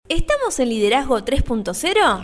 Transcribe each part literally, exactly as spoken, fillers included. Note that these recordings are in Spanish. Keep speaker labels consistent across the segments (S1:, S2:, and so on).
S1: ¿Estamos en Liderazgo tres punto cero?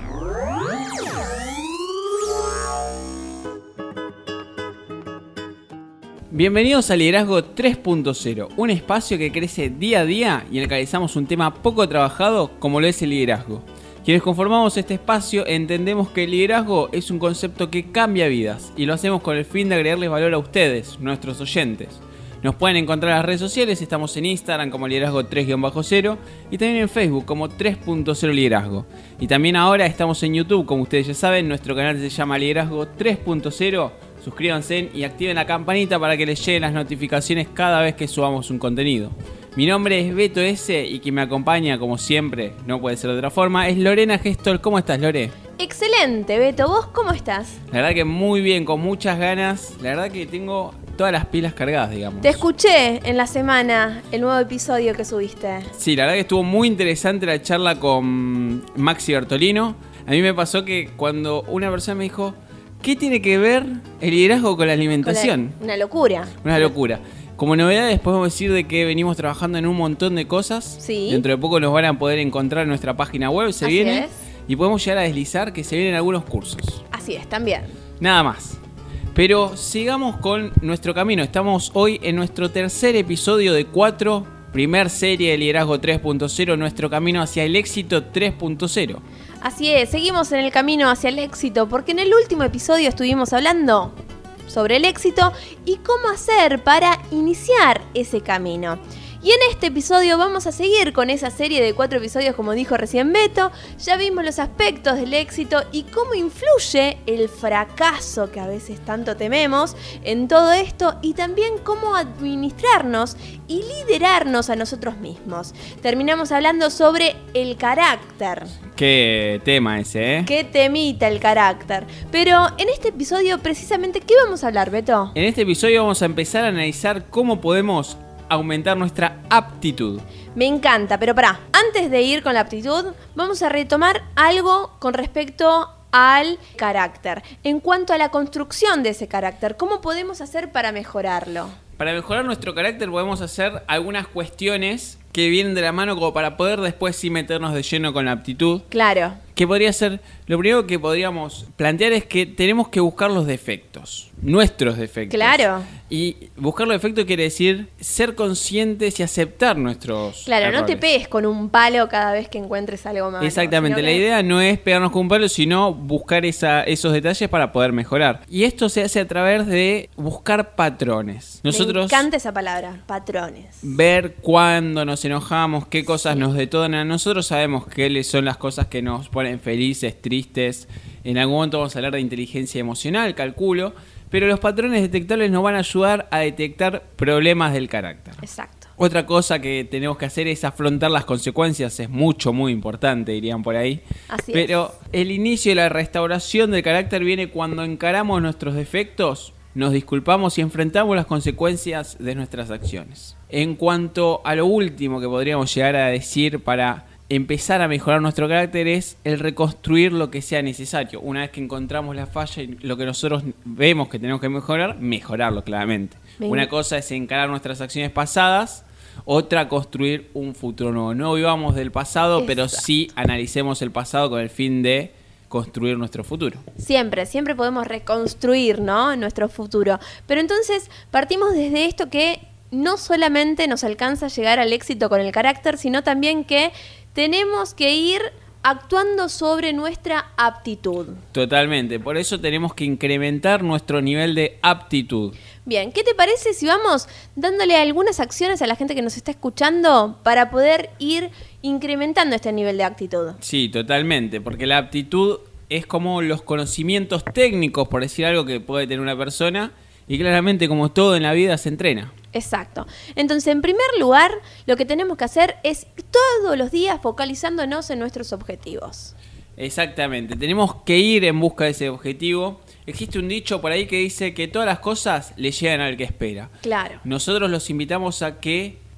S2: Bienvenidos a Liderazgo tres punto cero, un espacio que crece día a día y en el que analizamos un tema poco trabajado como lo es el liderazgo. Quienes conformamos este espacio entendemos que el liderazgo es un concepto que cambia vidas y lo hacemos con el fin de agregarles valor a ustedes, nuestros oyentes. Nos pueden encontrar en las redes sociales, estamos en Instagram como Liderazgo tres punto cero y también en Facebook como tres punto cero Liderazgo. Y también ahora estamos en YouTube, como ustedes ya saben, nuestro canal se llama Liderazgo tres punto cero. Suscríbanse y activen la campanita para que les lleguen las notificaciones cada vez que subamos un contenido. Mi nombre es Beto S y quien me acompaña, como siempre, no puede ser de otra forma, es Lorena Gestol. ¿Cómo estás, Lore?
S1: Excelente, Beto. ¿Vos cómo estás?
S2: La verdad que muy bien, con muchas ganas. La verdad que tengo todas las pilas cargadas, digamos.
S1: Te escuché en la semana el nuevo episodio que subiste.
S2: Sí, la verdad que estuvo muy interesante la charla con Maxi Bertolino. A mí me pasó que cuando una persona me dijo, ¿qué tiene que ver el liderazgo con la alimentación?
S1: Con la, una locura.
S2: Una locura. Como novedades podemos decir de que venimos trabajando en un montón de cosas.
S1: Sí.
S2: Dentro de poco nos van a poder encontrar en nuestra página web, se
S1: Así
S2: viene.
S1: es.
S2: Y podemos llegar a deslizar que se vienen algunos cursos.
S1: Así es, también.
S2: Nada más. Pero sigamos con nuestro camino. Estamos hoy en nuestro tercer episodio de cuatro. Primer serie de Liderazgo tres punto cero, nuestro camino hacia el éxito tres punto cero.
S1: Así es, seguimos en el camino hacia el éxito, porque en el último episodio estuvimos hablando sobre el éxito y cómo hacer para iniciar ese camino. Y en este episodio vamos a seguir con esa serie de cuatro episodios, como dijo recién Beto. Ya vimos los aspectos del éxito y cómo influye el fracaso que a veces tanto tememos en todo esto, y también cómo administrarnos y liderarnos a nosotros mismos. Terminamos hablando sobre el carácter.
S2: Qué tema ese, ¿eh?
S1: Qué temita el carácter. Pero en este episodio, precisamente, ¿qué vamos a hablar, Beto?
S2: En este episodio vamos a empezar a analizar cómo podemos aumentar nuestra aptitud.
S1: Me encanta, pero pará, antes de ir con la aptitud, vamos a retomar algo con respecto al carácter. En cuanto a la construcción de ese carácter, ¿cómo podemos hacer para mejorarlo?
S2: Para mejorar nuestro carácter podemos hacer algunas cuestiones que vienen de la mano como para poder después sí meternos de lleno con la aptitud.
S1: Claro.
S2: Que podría ser, lo primero que podríamos plantear es que tenemos que buscar los defectos, nuestros defectos.
S1: Claro.
S2: Y buscar los defectos quiere decir ser conscientes y aceptar nuestros
S1: Claro,
S2: errores.
S1: no te pegues con un palo cada vez que encuentres algo malo.
S2: Exactamente,
S1: sino
S2: la
S1: que...
S2: idea no es pegarnos con un palo, sino buscar esa, esos detalles para poder mejorar. Y esto se hace a través de buscar patrones. Nosotros
S1: Me encanta esa palabra, patrones.
S2: ver cuándo nos enojamos, qué cosas
S1: Sí.
S2: nos detonan. Nosotros sabemos qué son las cosas que nos ponen felices, tristes. En algún momento vamos a hablar de inteligencia emocional, calculo. Pero los patrones detectables nos van a ayudar a detectar problemas del carácter.
S1: Exacto.
S2: Otra cosa que tenemos que hacer es afrontar las consecuencias. Es mucho, muy importante, dirían por ahí.
S1: Así
S2: Pero
S1: es.
S2: el inicio de la restauración del carácter viene cuando encaramos nuestros defectos, nos disculpamos y enfrentamos las consecuencias de nuestras acciones. En cuanto a lo último que podríamos llegar a decir para empezar a mejorar nuestro carácter es el reconstruir lo que sea necesario. Una vez que encontramos la falla y lo que nosotros vemos que tenemos que mejorar, mejorarlo claramente.
S1: Bien.
S2: Una cosa es encarar nuestras acciones pasadas, otra construir un futuro nuevo. No vivamos del pasado,
S1: Exacto.
S2: pero sí analicemos el pasado con el fin de construir nuestro futuro.
S1: Siempre, siempre podemos reconstruir, ¿no?, nuestro futuro. Pero entonces partimos desde esto que no solamente nos alcanza a llegar al éxito con el carácter, sino también que tenemos que ir actuando sobre nuestra aptitud.
S2: Totalmente, por eso tenemos que incrementar nuestro nivel de aptitud.
S1: Bien, ¿qué te parece si vamos dándole algunas acciones a la gente que nos está escuchando para poder ir incrementando este nivel de aptitud?
S2: Sí, totalmente, porque la aptitud es como los conocimientos técnicos, por decir algo, que puede tener una persona, y claramente, como todo en la vida, se entrena.
S1: Exacto. Entonces, en primer lugar, lo que tenemos que hacer es todos los días focalizándonos en nuestros objetivos.
S2: Exactamente, tenemos que ir en busca de ese objetivo. Existe un dicho por ahí que dice que todas las cosas le llegan al que espera.
S1: Claro.
S2: Nosotros los invitamos a que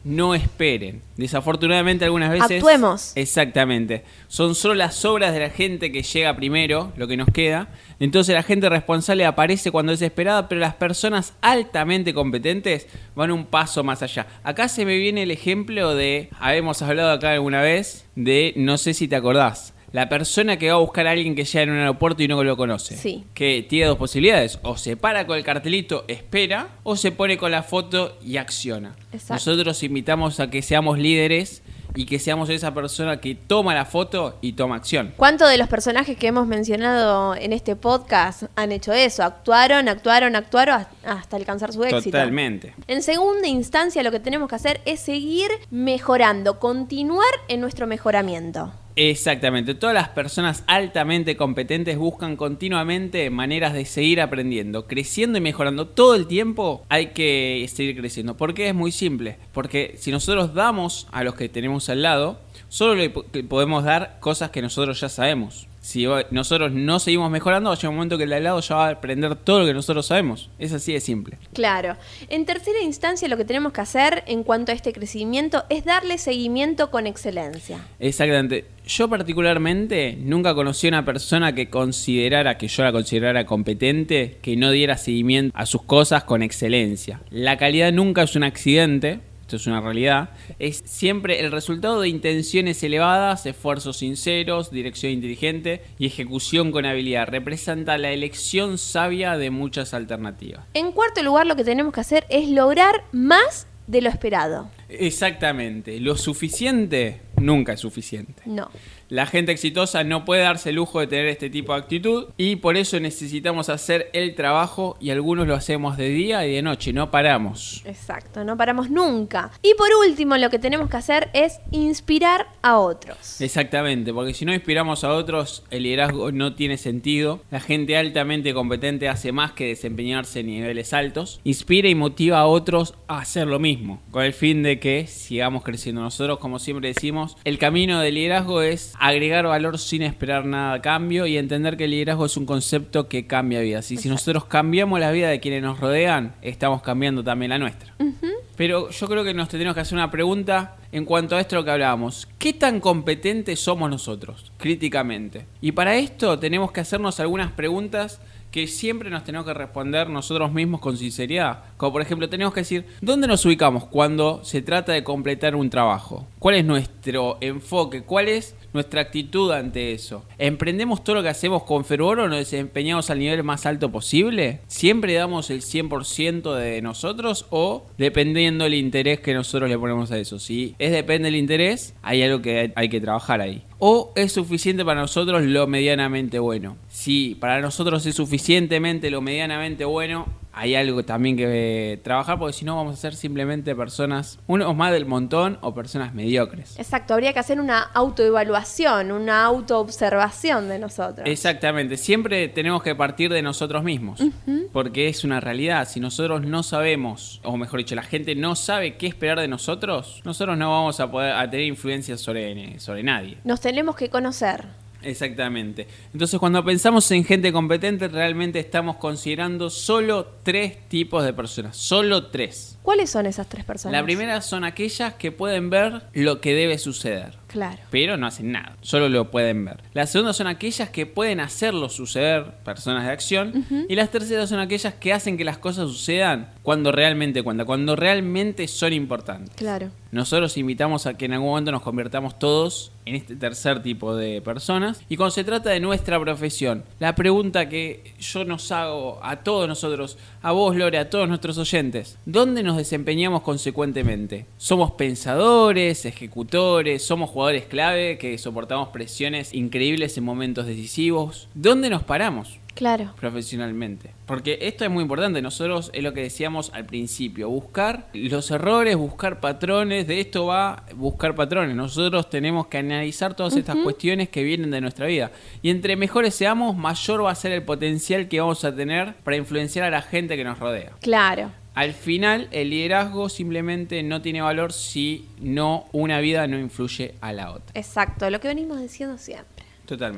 S2: no esperen. Desafortunadamente algunas veces...
S1: Actuemos.
S2: Exactamente. Son solo las obras de la gente que llega primero, lo que nos queda. Entonces la gente responsable aparece cuando es esperada, pero las personas altamente competentes van un paso más allá. Acá se me viene el ejemplo de... Habíamos hablado acá alguna vez de... No sé si te acordás. La persona que va a buscar a alguien que llega en un aeropuerto y no lo conoce.
S1: Sí.
S2: Que tiene dos posibilidades. O se para con el cartelito, espera, o se pone con la foto y acciona.
S1: Exacto.
S2: Nosotros invitamos a que seamos líderes y que seamos esa persona que toma la foto y toma acción.
S1: ¿Cuántos de los personajes que hemos mencionado en este podcast han hecho eso? Actuaron, actuaron, actuaron hasta alcanzar su éxito.
S2: Totalmente.
S1: En segunda instancia, lo que tenemos que hacer es seguir mejorando, continuar en nuestro mejoramiento.
S2: Exactamente, todas las personas altamente competentes buscan continuamente maneras de seguir aprendiendo, creciendo y mejorando. Todo el tiempo hay que seguir creciendo. ¿Por qué? Es muy simple, porque si nosotros damos a los que tenemos al lado, solo le podemos dar cosas que nosotros ya sabemos. Si nosotros no seguimos mejorando, va a llegar un momento que el de al lado ya va a aprender todo lo que nosotros sabemos. Es así de simple.
S1: Claro. En tercera instancia, lo que tenemos que hacer en cuanto a este crecimiento es darle seguimiento con excelencia.
S2: Exactamente. Yo particularmente nunca conocí a una persona que considerara, que yo la considerara competente, que no diera seguimiento a sus cosas con excelencia. La calidad nunca es un accidente. Esto es una realidad, es siempre el resultado de intenciones elevadas, esfuerzos sinceros, dirección inteligente y ejecución con habilidad. Representa la elección sabia de muchas alternativas.
S1: En cuarto lugar, lo que tenemos que hacer es lograr más de lo esperado.
S2: Exactamente, lo suficiente nunca es suficiente.
S1: No.
S2: La gente exitosa no puede darse el lujo de tener este tipo de actitud y por eso necesitamos hacer el trabajo y algunos lo hacemos de día y de noche, no paramos.
S1: Exacto, no paramos nunca. Y por último, lo que tenemos que hacer es inspirar a otros.
S2: Exactamente, porque si no inspiramos a otros, el liderazgo no tiene sentido. La gente altamente competente hace más que desempeñarse en niveles altos. Inspira y motiva a otros a hacer lo mismo, con el fin de que sigamos creciendo. Nosotros, como siempre decimos, el camino del liderazgo es agregar valor sin esperar nada a cambio y entender que el liderazgo es un concepto que cambia vidas. Y si nosotros cambiamos la vida de quienes nos rodean, estamos cambiando también la nuestra. Uh-huh. Pero yo creo que nos tenemos que hacer una pregunta en cuanto a esto que hablábamos. ¿Qué tan competentes somos nosotros, críticamente? Y para esto tenemos que hacernos algunas preguntas que siempre nos tenemos que responder nosotros mismos con sinceridad. Como por ejemplo, tenemos que decir, ¿dónde nos ubicamos cuando se trata de completar un trabajo? ¿Cuál es nuestro enfoque? ¿Cuál es nuestra actitud ante eso? ¿Emprendemos todo lo que hacemos con fervor o nos desempeñamos al nivel más alto posible? ¿Siempre damos el cien por ciento de nosotros o dependiendo del interés que nosotros le ponemos a eso? Si es depende del interés, hay algo que hay que trabajar ahí. ¿O es suficiente para nosotros lo medianamente bueno? Si para nosotros es suficientemente lo medianamente bueno, hay algo también que eh, trabajar, porque si no vamos a ser simplemente personas, unos más del montón o personas mediocres.
S1: Exacto, habría que hacer una autoevaluación, una autoobservación de nosotros.
S2: Exactamente, siempre tenemos que partir de nosotros mismos, uh-huh. porque es una realidad. Si nosotros no sabemos, o mejor dicho, la gente no sabe qué esperar de nosotros, nosotros no vamos a poder a tener influencia sobre, sobre nadie.
S1: Nos tenemos que conocer.
S2: Exactamente. Entonces, cuando pensamos en gente competente, realmente estamos considerando solo tres tipos de personas. Solo tres.
S1: ¿Cuáles son esas tres personas?
S2: La primera son aquellas que pueden ver lo que debe suceder.
S1: Claro.
S2: Pero no hacen nada, solo lo pueden ver. La segunda son aquellas que pueden hacerlo suceder, personas de acción. Uh-huh. Y las terceras son aquellas que hacen que las cosas sucedan cuando realmente cuenta, cuando realmente son importantes.
S1: Claro.
S2: Nosotros invitamos a que en algún momento nos convirtamos todos en este tercer tipo de personas. Y cuando se trata de nuestra profesión, la pregunta que yo nos hago a todos nosotros, a vos, Lore, a todos nuestros oyentes, ¿dónde nos desempeñamos consecuentemente? ¿Somos pensadores, ejecutores, somos jugadores clave que soportamos presiones increíbles en momentos decisivos? ¿Dónde nos paramos?
S1: Claro.
S2: Profesionalmente. Porque esto es muy importante. Nosotros es lo que decíamos al principio. Buscar los errores, buscar patrones. De esto va buscar patrones. Nosotros tenemos que analizar todas uh-huh. estas cuestiones que vienen de nuestra vida. Y entre mejores seamos, mayor va a ser el potencial que vamos a tener para influenciar a la gente que nos rodea.
S1: Claro.
S2: Al final, el liderazgo simplemente no tiene valor si no una vida no influye a la otra.
S1: Exacto, lo que venimos diciendo siempre.
S2: Totalmente.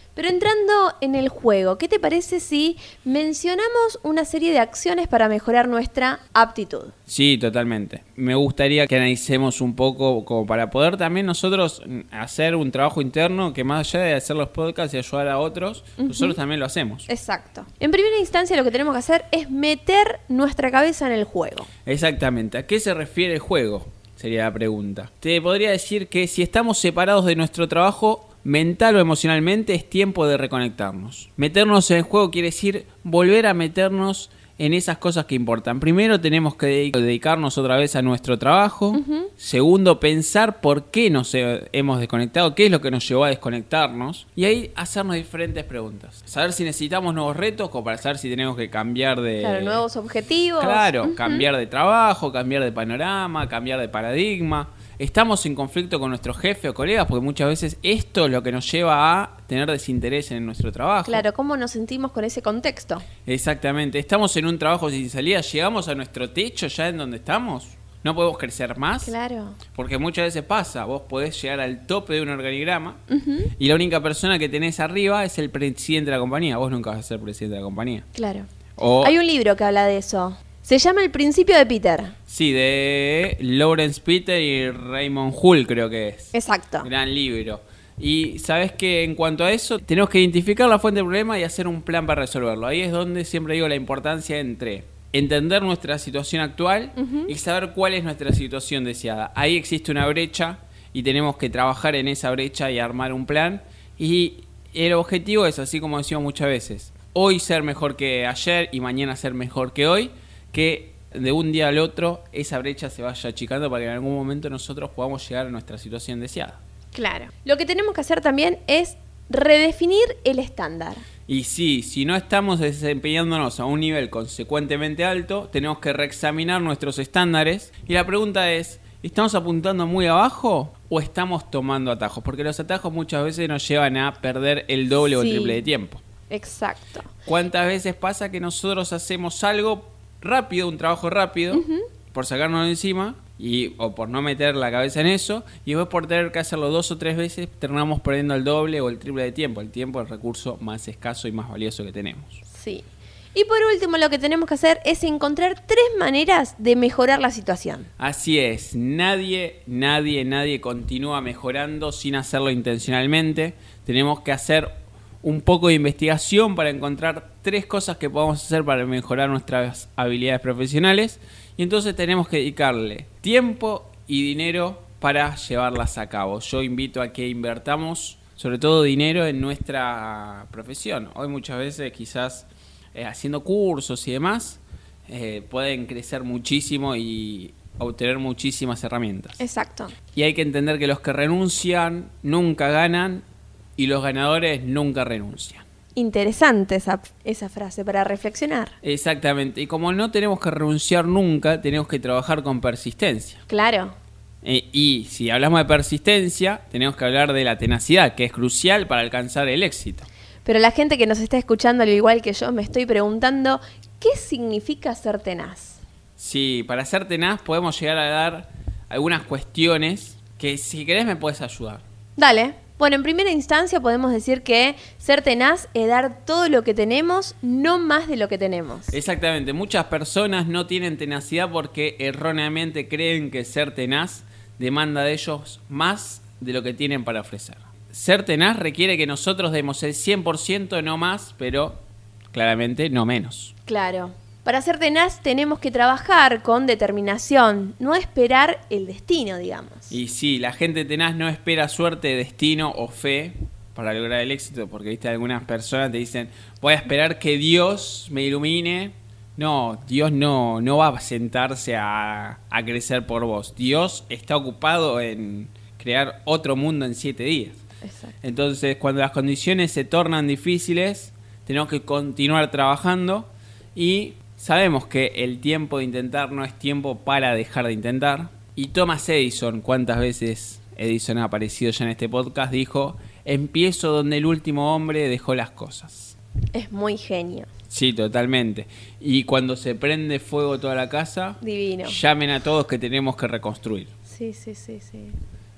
S1: Pero entrando en el juego, ¿qué te parece si mencionamos una serie de acciones para mejorar nuestra aptitud?
S2: Sí, totalmente. Me gustaría que analicemos un poco como para poder también nosotros hacer un trabajo interno que más allá de hacer los podcasts y ayudar a otros, uh-huh. nosotros también lo hacemos.
S1: Exacto. En primera instancia lo que tenemos que hacer es meter nuestra cabeza en el juego.
S2: Exactamente. ¿A qué se refiere el juego? Sería la pregunta. Te podría decir que si estamos separados de nuestro trabajo mental o emocionalmente, es tiempo de reconectarnos. Meternos en el juego quiere decir volver a meternos en esas cosas que importan. Primero tenemos que dedicarnos otra vez a nuestro trabajo. Uh-huh. Segundo, pensar por qué nos hemos desconectado, qué es lo que nos llevó a desconectarnos. Y ahí hacernos diferentes preguntas. Saber si necesitamos nuevos retos, como para saber si tenemos que cambiar de...
S1: Claro, nuevos objetivos.
S2: Claro,
S1: uh-huh.
S2: cambiar de trabajo, cambiar de panorama, cambiar de paradigma. Estamos en conflicto con nuestro jefe o colegas porque muchas veces esto es lo que nos lleva a tener desinterés en nuestro trabajo.
S1: Claro, ¿cómo nos sentimos con ese contexto?
S2: Exactamente. Estamos en un trabajo sin salida, llegamos a nuestro techo ya en donde estamos. ¿No podemos crecer más?
S1: Claro.
S2: Porque muchas veces pasa, vos podés llegar al tope de un organigrama uh-huh. y la única persona que tenés arriba es el presidente de la compañía. Vos nunca vas a ser presidente de la compañía.
S1: Claro.
S2: O...
S1: Hay un libro que habla de eso. Se llama El Principio de Peter.
S2: Sí, de Lawrence Peter y Raymond Hull creo que es.
S1: Exacto.
S2: Gran libro. Y sabes que en cuanto a eso, tenemos que identificar la fuente del problema y hacer un plan para resolverlo. Ahí es donde siempre digo la importancia entre entender nuestra situación actual uh-huh. y saber cuál es nuestra situación deseada. Ahí existe una brecha y tenemos que trabajar en esa brecha y armar un plan. Y el objetivo es, así como decimos muchas veces, hoy ser mejor que ayer y mañana ser mejor que hoy, que de un día al otro esa brecha se vaya achicando para que en algún momento nosotros podamos llegar a nuestra situación deseada.
S1: Claro. Lo que tenemos que hacer también es redefinir el estándar.
S2: Y sí, si no estamos desempeñándonos a un nivel consecuentemente alto, tenemos que reexaminar nuestros estándares. Y la pregunta es, ¿estamos apuntando muy abajo o estamos tomando atajos? Porque los atajos muchas veces nos llevan a perder el doble sí. o el triple de tiempo.
S1: Exacto.
S2: ¿Cuántas veces pasa que nosotros hacemos algo rápido, un trabajo rápido, uh-huh. por sacarnos de encima y o por no meter la cabeza en eso, y después por tener que hacerlo dos o tres veces terminamos perdiendo el doble o el triple de tiempo? El tiempo es el recurso más escaso y más valioso que tenemos.
S1: Sí. Y por último, lo que tenemos que hacer es encontrar tres maneras de mejorar la situación.
S2: Así es, nadie, nadie, nadie continúa mejorando sin hacerlo intencionalmente. Tenemos que hacer un poco de investigación para encontrar tres cosas que podamos hacer para mejorar nuestras habilidades profesionales, y entonces tenemos que dedicarle tiempo y dinero para llevarlas a cabo. Yo invito a que invertamos sobre todo dinero en nuestra profesión. Hoy muchas veces quizás eh, haciendo cursos y demás eh, pueden crecer muchísimo y obtener muchísimas herramientas.
S1: Exacto.
S2: Y hay que entender que los que renuncian nunca ganan y los ganadores nunca renuncian.
S1: Interesante esa, esa frase para reflexionar.
S2: Exactamente. Y como no tenemos que renunciar nunca, tenemos que trabajar con persistencia.
S1: Claro.
S2: Eh, y si hablamos de persistencia, tenemos que hablar de la tenacidad, que es crucial para alcanzar el éxito.
S1: Pero la gente que nos está escuchando, al igual que yo, me estoy preguntando, ¿qué significa ser tenaz?
S2: Sí, para ser tenaz podemos llegar a dar algunas cuestiones que, si querés, me puedes ayudar.
S1: Dale. Bueno, en primera instancia podemos decir que ser tenaz es dar todo lo que tenemos, no más de lo que tenemos.
S2: Exactamente. Muchas personas no tienen tenacidad porque erróneamente creen que ser tenaz demanda de ellos más de lo que tienen para ofrecer. Ser tenaz requiere que nosotros demos el cien por ciento, no más, pero claramente no menos.
S1: Claro. Para ser tenaz tenemos que trabajar con determinación, no esperar el destino, digamos.
S2: Y sí, la gente tenaz no espera suerte, destino o fe para lograr el éxito, porque viste, algunas personas te dicen, voy a esperar que Dios me ilumine. No, Dios no, no va a sentarse a, a crecer por vos. Dios está ocupado en crear otro mundo en siete días.
S1: Exacto.
S2: Entonces, cuando las condiciones se tornan difíciles, tenemos que continuar trabajando y sabemos que el tiempo de intentar no es tiempo para dejar de intentar. Y Thomas Edison, cuántas veces Edison ha aparecido ya en este podcast, dijo, empiezo donde el último hombre dejó las cosas.
S1: Es muy genio.
S2: Sí, totalmente. Y cuando se prende fuego toda la casa,
S1: divino,
S2: llamen a todos que tenemos que reconstruir.
S1: Sí, sí, sí, sí.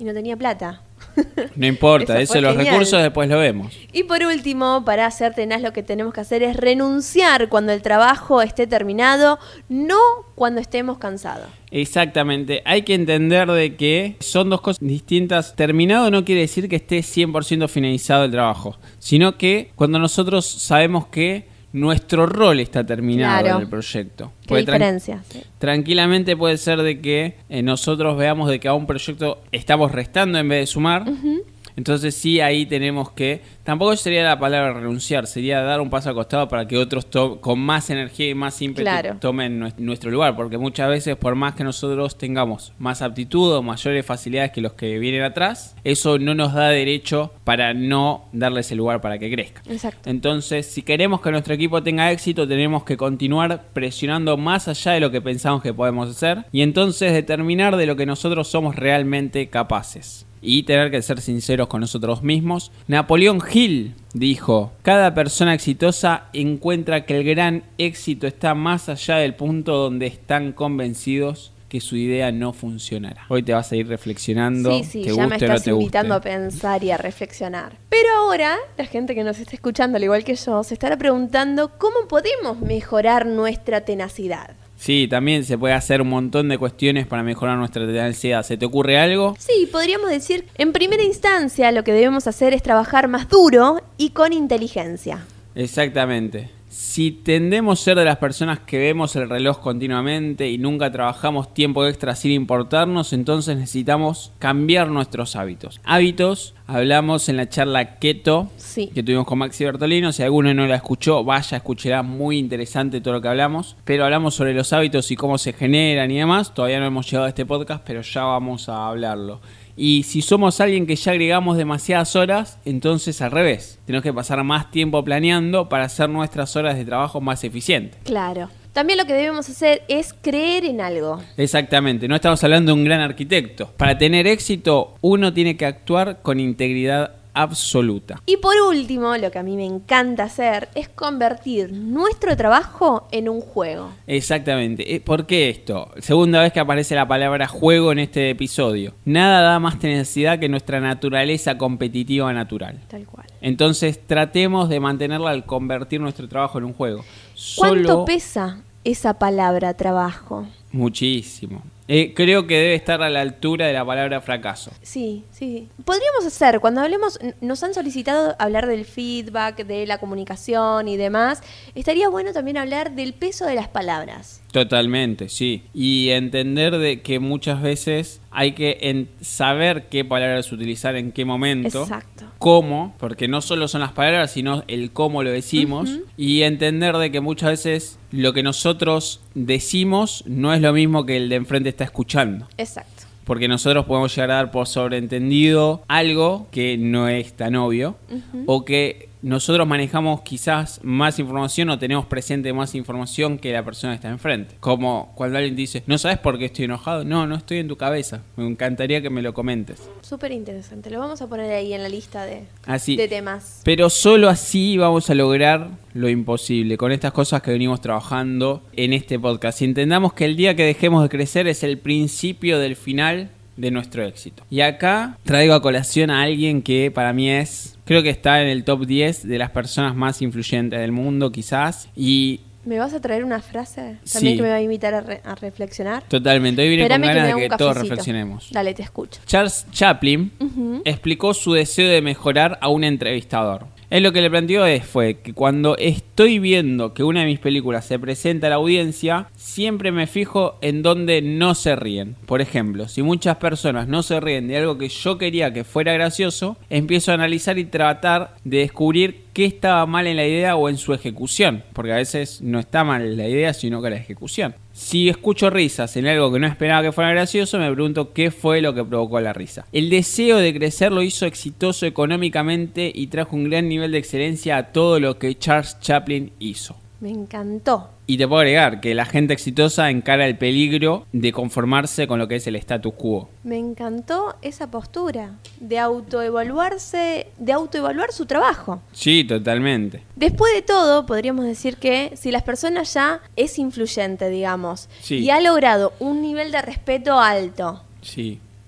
S1: y no tenía plata.
S2: No importa, eso,
S1: eso
S2: los
S1: genial.
S2: recursos después lo vemos.
S1: Y por último, para ser tenaz, lo que tenemos que hacer es renunciar cuando el trabajo esté terminado, no cuando estemos cansados.
S2: Exactamente, hay que entender de que son dos cosas distintas. Terminado no quiere decir que esté cien por ciento finalizado el trabajo, sino que cuando nosotros sabemos que nuestro rol está terminado
S1: Claro.
S2: en el proyecto.
S1: ¿Qué
S2: Porque tran-
S1: diferencia? Sí.
S2: tranquilamente puede ser de que eh, nosotros veamos de que a un proyecto estamos restando en vez de sumar.
S1: Ujú.
S2: Entonces sí, ahí tenemos que... Tampoco sería la palabra renunciar, sería dar un paso al costado para que otros to- con más energía y más ímpetu
S1: Claro.
S2: tomen nues- nuestro lugar. Porque muchas veces, por más que nosotros tengamos más aptitud o mayores facilidades que los que vienen atrás, eso no nos da derecho para no darle ese lugar para que crezca.
S1: Exacto.
S2: Entonces, si queremos que nuestro equipo tenga éxito, tenemos que continuar presionando más allá de lo que pensamos que podemos hacer y entonces determinar de lo que nosotros somos realmente capaces. Y tener que ser sinceros con nosotros mismos. Napoleón Hill dijo: cada persona exitosa encuentra que el gran éxito está más allá del punto donde están convencidos que su idea no funcionará. Hoy te vas a ir reflexionando,
S1: Sí, sí,
S2: te
S1: ya me
S2: guste o no
S1: estás
S2: te guste.
S1: invitando a pensar y a reflexionar. Pero ahora, la gente que nos está escuchando, al igual que yo, se estará preguntando cómo podemos mejorar nuestra tenacidad.
S2: Sí, también se puede hacer un montón de cuestiones para mejorar nuestra tenacidad. ¿Se te ocurre algo?
S1: Sí, podríamos decir, en primera instancia, lo que debemos hacer es trabajar más duro y con inteligencia.
S2: Exactamente. Si tendemos a ser de las personas que vemos el reloj continuamente y nunca trabajamos tiempo extra sin importarnos, entonces necesitamos cambiar nuestros hábitos. Hábitos, hablamos en la charla Keto
S1: Sí.
S2: que tuvimos con Maxi Bertolino. Si alguno no la escuchó, vaya, escuchará, muy interesante todo lo que hablamos. Pero hablamos sobre los hábitos y cómo se generan y demás. Todavía no hemos llegado a este podcast, pero ya vamos a hablarlo. Y si somos alguien que ya agregamos demasiadas horas, entonces al revés. Tenemos que pasar más tiempo planeando para hacer nuestras horas de trabajo más eficientes.
S1: Claro. También lo que debemos hacer es creer en algo.
S2: Exactamente, no estamos hablando de un gran arquitecto. Para tener éxito, uno tiene que actuar con integridad absoluta.
S1: Y por último, lo que a mí me encanta hacer es convertir nuestro trabajo en un juego.
S2: Exactamente. Eh, ¿Por qué esto? Segunda vez que aparece la palabra juego en este episodio. Nada da más tenacidad que nuestra naturaleza competitiva natural.
S1: Tal cual.
S2: Entonces tratemos de mantenerla al convertir nuestro trabajo en un juego.
S1: ¿Cuánto
S2: Solo
S1: pesa esa palabra trabajo?
S2: muchísimo. Eh, creo que debe estar a la altura de la palabra fracaso.
S1: Sí, sí. Podríamos hacer, cuando hablemos, n- nos han solicitado hablar del feedback, de la comunicación y demás. Estaría bueno también hablar del peso de las palabras.
S2: Totalmente, sí. Y entender de que muchas veces hay que en- saber qué palabras utilizar en qué momento.
S1: Exacto.
S2: Cómo, porque no solo son las palabras, sino el cómo lo decimos.
S1: Ujú.
S2: Y entender de que muchas veces lo que nosotros decimos no es lo mismo que el de enfrente está escuchando.
S1: Exacto.
S2: Porque nosotros podemos llegar a dar por sobreentendido algo que no es tan obvio.
S1: Ujú.
S2: O que nosotros manejamos quizás más información o tenemos presente más información que la persona que está enfrente. Como cuando alguien dice, ¿no sabes por qué estoy enojado? No, no estoy en tu cabeza. Me encantaría que me lo comentes.
S1: Súper interesante. Lo vamos a poner ahí en la lista de,
S2: Así.
S1: de temas.
S2: Pero solo así vamos a lograr lo imposible con estas cosas que venimos trabajando en este podcast. Y entendamos que el día que dejemos de crecer es el principio del final de nuestro éxito. Y acá traigo a colación a alguien que para mí es, creo que está en el top diez de las personas más influyentes del mundo quizás. Y
S1: ¿Me vas a traer una frase también
S2: Sí.
S1: que me va a invitar a, re- a reflexionar?
S2: totalmente, hoy vine
S1: Espérame
S2: con
S1: que me
S2: ganas
S1: haga
S2: de
S1: un
S2: que todos
S1: cafecito.
S2: reflexionemos.
S1: Dale, te escucho.
S2: Charles Chaplin
S1: Ujú.
S2: explicó su deseo de mejorar a un entrevistador. Él lo que le planteó es, fue que cuando estoy viendo que una de mis películas se presenta a la audiencia, siempre me fijo en donde no se ríen. Por ejemplo, si muchas personas no se ríen de algo que yo quería que fuera gracioso, empiezo a analizar y tratar de descubrir qué estaba mal en la idea o en su ejecución. Porque a veces no está mal la idea, sino que la ejecución. Si escucho risas en algo que no esperaba que fuera gracioso, me pregunto qué fue lo que provocó la risa. El deseo de crecer lo hizo exitoso económicamente y trajo un gran nivel de excelencia a todo lo que Charles Chaplin hizo.
S1: Me encantó.
S2: Y te puedo agregar que la gente exitosa encara el peligro de conformarse con lo que es el status quo.
S1: Me encantó esa postura de autoevaluarse, de autoevaluar su trabajo.
S2: Sí, totalmente.
S1: Después de todo, podríamos decir que si las personas ya es influyente, digamos,
S2: Sí.
S1: y ha logrado un nivel de respeto alto,
S2: Sí.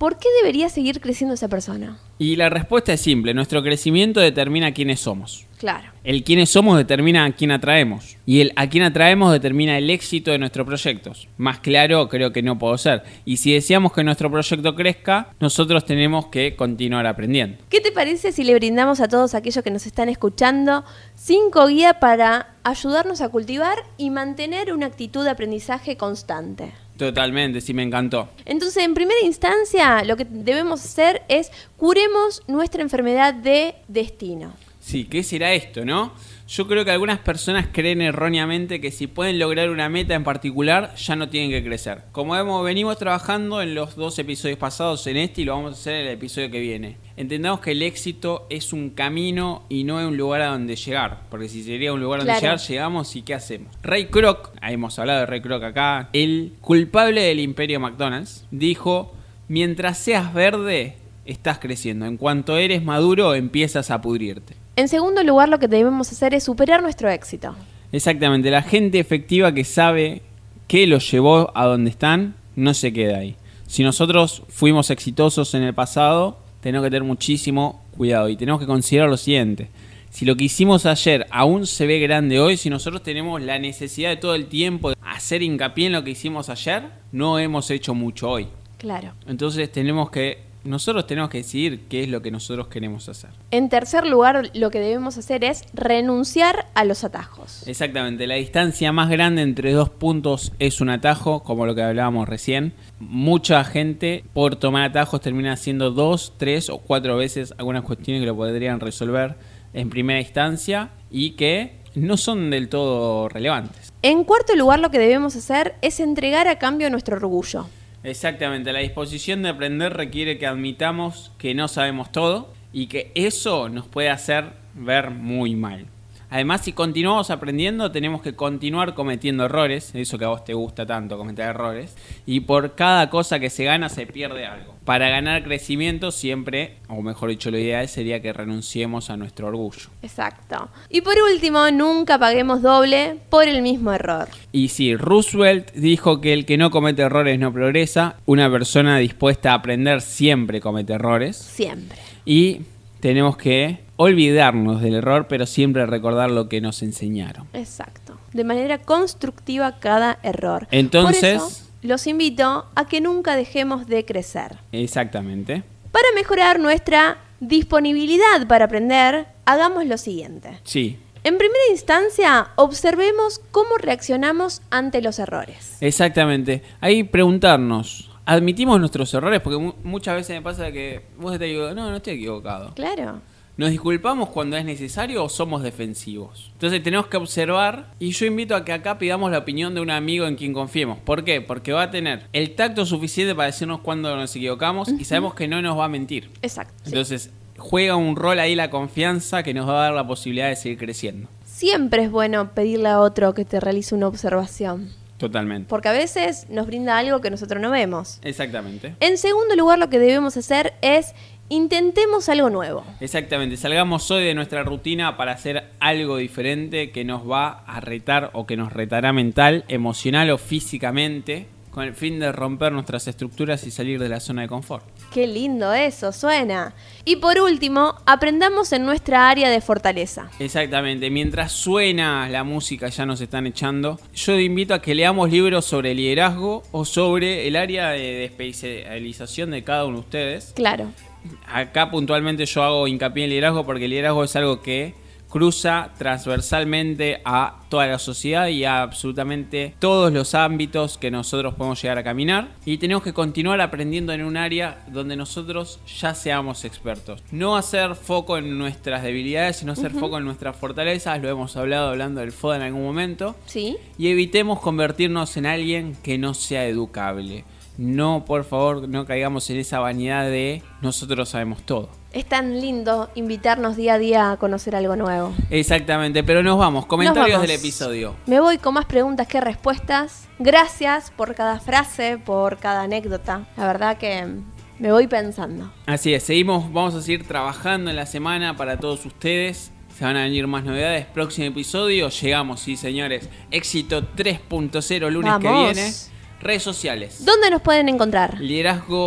S1: ¿por qué debería seguir creciendo esa persona?
S2: Y la respuesta es simple, nuestro crecimiento determina quiénes somos.
S1: Claro.
S2: El quiénes somos determina a quién atraemos. Y el a quién atraemos determina el éxito de nuestros proyectos. Más claro creo que no puedo ser. Y si deseamos que nuestro proyecto crezca, nosotros tenemos que continuar aprendiendo.
S1: ¿Qué te parece si le brindamos a todos aquellos que nos están escuchando cinco guías para ayudarnos a cultivar y mantener una actitud de aprendizaje constante?
S2: Totalmente, sí, me encantó.
S1: Entonces, en primera instancia, lo que debemos hacer es curemos nuestra enfermedad de destino.
S2: Sí, ¿qué será esto, no? Yo creo que algunas personas creen erróneamente que si pueden lograr una meta en particular, ya no tienen que crecer. Como hemos, venimos trabajando en los dos episodios pasados en este y lo vamos a hacer en el episodio que viene. Entendamos que el éxito es un camino y no es un lugar a donde llegar. Porque si sería un lugar a donde
S1: Claro.
S2: llegar, llegamos y ¿qué hacemos? Ray Kroc, hemos hablado de Ray Kroc acá, el culpable del imperio McDonald's, dijo, mientras seas verde, estás creciendo. En cuanto eres maduro, empiezas a pudrirte.
S1: En segundo lugar, lo que debemos hacer es superar nuestro éxito.
S2: Exactamente, la gente efectiva que sabe qué los llevó a donde están, no se queda ahí. Si nosotros fuimos exitosos en el pasado, tenemos que tener muchísimo cuidado y tenemos que considerar lo siguiente. Si lo que hicimos ayer aún se ve grande hoy, si nosotros tenemos la necesidad de todo el tiempo de hacer hincapié en lo que hicimos ayer, no hemos hecho mucho hoy.
S1: Claro.
S2: Entonces tenemos que, nosotros tenemos que decidir qué es lo que nosotros queremos hacer.
S1: En tercer lugar, lo que debemos hacer es renunciar a los atajos.
S2: Exactamente, la distancia más grande entre dos puntos es un atajo, como lo que hablábamos recién. Mucha gente por tomar atajos termina haciendo dos, tres o cuatro veces algunas cuestiones que lo podrían resolver en primera instancia y que no son del todo relevantes.
S1: En cuarto lugar, lo que debemos hacer es entregar a cambio nuestro orgullo.
S2: Exactamente, la disposición de aprender requiere que admitamos que no sabemos todo y que eso nos puede hacer ver muy mal. Además, si continuamos aprendiendo, tenemos que continuar cometiendo errores, eso que a vos te gusta tanto, cometer errores, y por cada cosa que se gana se pierde algo. Para ganar crecimiento siempre, o mejor dicho, lo ideal sería que renunciemos a nuestro orgullo.
S1: Exacto. Y por último, nunca paguemos doble por el mismo error.
S2: Y sí, Roosevelt dijo que el que no comete errores no progresa. Una persona dispuesta a aprender siempre comete errores.
S1: Siempre.
S2: Y tenemos que olvidarnos del error, pero siempre recordar lo que nos enseñaron.
S1: Exacto. De manera constructiva cada error.
S2: Entonces,
S1: por eso, los invito a que nunca dejemos de crecer.
S2: exactamente.
S1: Para mejorar nuestra disponibilidad para aprender, hagamos lo siguiente.
S2: Sí,
S1: En primera instancia, observemos cómo reaccionamos ante los errores.
S2: exactamente. Ahí preguntarnos, ¿admitimos nuestros errores? Porque mu- muchas veces me pasa que vos te digo, no, no estoy equivocado.
S1: Claro.
S2: ¿Nos disculpamos cuando es necesario o somos defensivos? Entonces tenemos que observar y yo invito a que acá pidamos la opinión de un amigo en quien confiemos. ¿Por qué? Porque va a tener el tacto suficiente para decirnos cuando nos equivocamos y sabemos que no nos va a mentir.
S1: Exacto. Sí.
S2: Entonces juega un rol ahí la confianza que nos va a dar la posibilidad de seguir creciendo.
S1: Siempre es bueno pedirle a otro que te realice una observación,
S2: Totalmente.
S1: porque a veces nos brinda algo que nosotros no vemos.
S2: Exactamente.
S1: En segundo lugar, lo que debemos hacer es intentemos algo nuevo.
S2: Exactamente, salgamos hoy de nuestra rutina para hacer algo diferente que nos va a retar o que nos retará mental, emocional o físicamente, con el fin de romper nuestras estructuras y salir de la zona de confort.
S1: Qué lindo eso, suena. Y por último, aprendamos en nuestra área de fortaleza.
S2: Exactamente, mientras suena la música, ya nos están echando, yo invito a que leamos libros sobre liderazgo o sobre el área de especialización de cada uno de ustedes.
S1: Claro.
S2: Acá puntualmente yo hago hincapié en liderazgo porque el liderazgo es algo que cruza transversalmente a toda la sociedad y a absolutamente todos los ámbitos que nosotros podemos llegar a caminar. Y tenemos que continuar aprendiendo en un área donde nosotros ya seamos expertos. No hacer foco en nuestras debilidades, sino hacer uh-huh. foco en nuestras fortalezas. Lo hemos hablado hablando del F O D en algún momento.
S1: Sí.
S2: Y evitemos convertirnos en alguien que no sea educable. No, por favor, no caigamos en esa vanidad de nosotros sabemos todo.
S1: Es tan lindo invitarnos día a día a conocer algo nuevo.
S2: Exactamente, pero nos vamos. Comentarios
S1: nos vamos.
S2: del episodio.
S1: Me voy con más preguntas que respuestas. Gracias por cada frase, por cada anécdota. La verdad que me voy pensando.
S2: Así es, seguimos, vamos a seguir trabajando en la semana para todos ustedes. Se van a venir más novedades. Próximo episodio, llegamos, sí señores. Éxito tres punto cero lunes
S1: Vamos.
S2: que viene. Redes sociales.
S1: ¿Dónde nos pueden encontrar?
S2: Liderazgo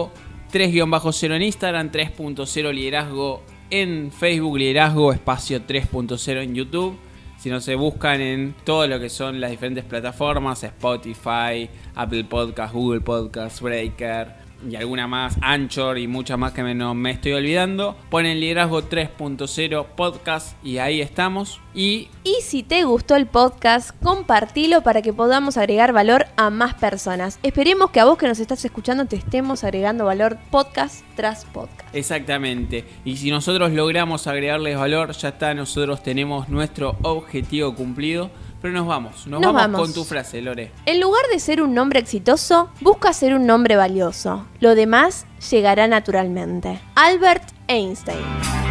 S2: tres guión bajo cero en Instagram, tres punto cero liderazgo en Facebook, liderazgo espacio tres punto cero en YouTube. Si no, se buscan en todo lo que son las diferentes plataformas, Spotify, Apple Podcast, Google Podcast, Breaker y alguna más, Anchor y muchas más que me, no me estoy olvidando. Ponen liderazgo tres punto cero podcast y ahí estamos. Y,
S1: y si te gustó el podcast, compartilo para que podamos agregar valor a más personas. Esperemos que a vos que nos estás escuchando te estemos agregando valor podcast tras podcast.
S2: Exactamente. Y si nosotros logramos agregarles valor, ya está, nosotros tenemos nuestro objetivo cumplido. Pero nos vamos, nos, nos vamos, vamos con tu frase, Lore.
S1: En lugar de ser un nombre exitoso, busca ser un nombre valioso. Lo demás llegará naturalmente. Albert Einstein.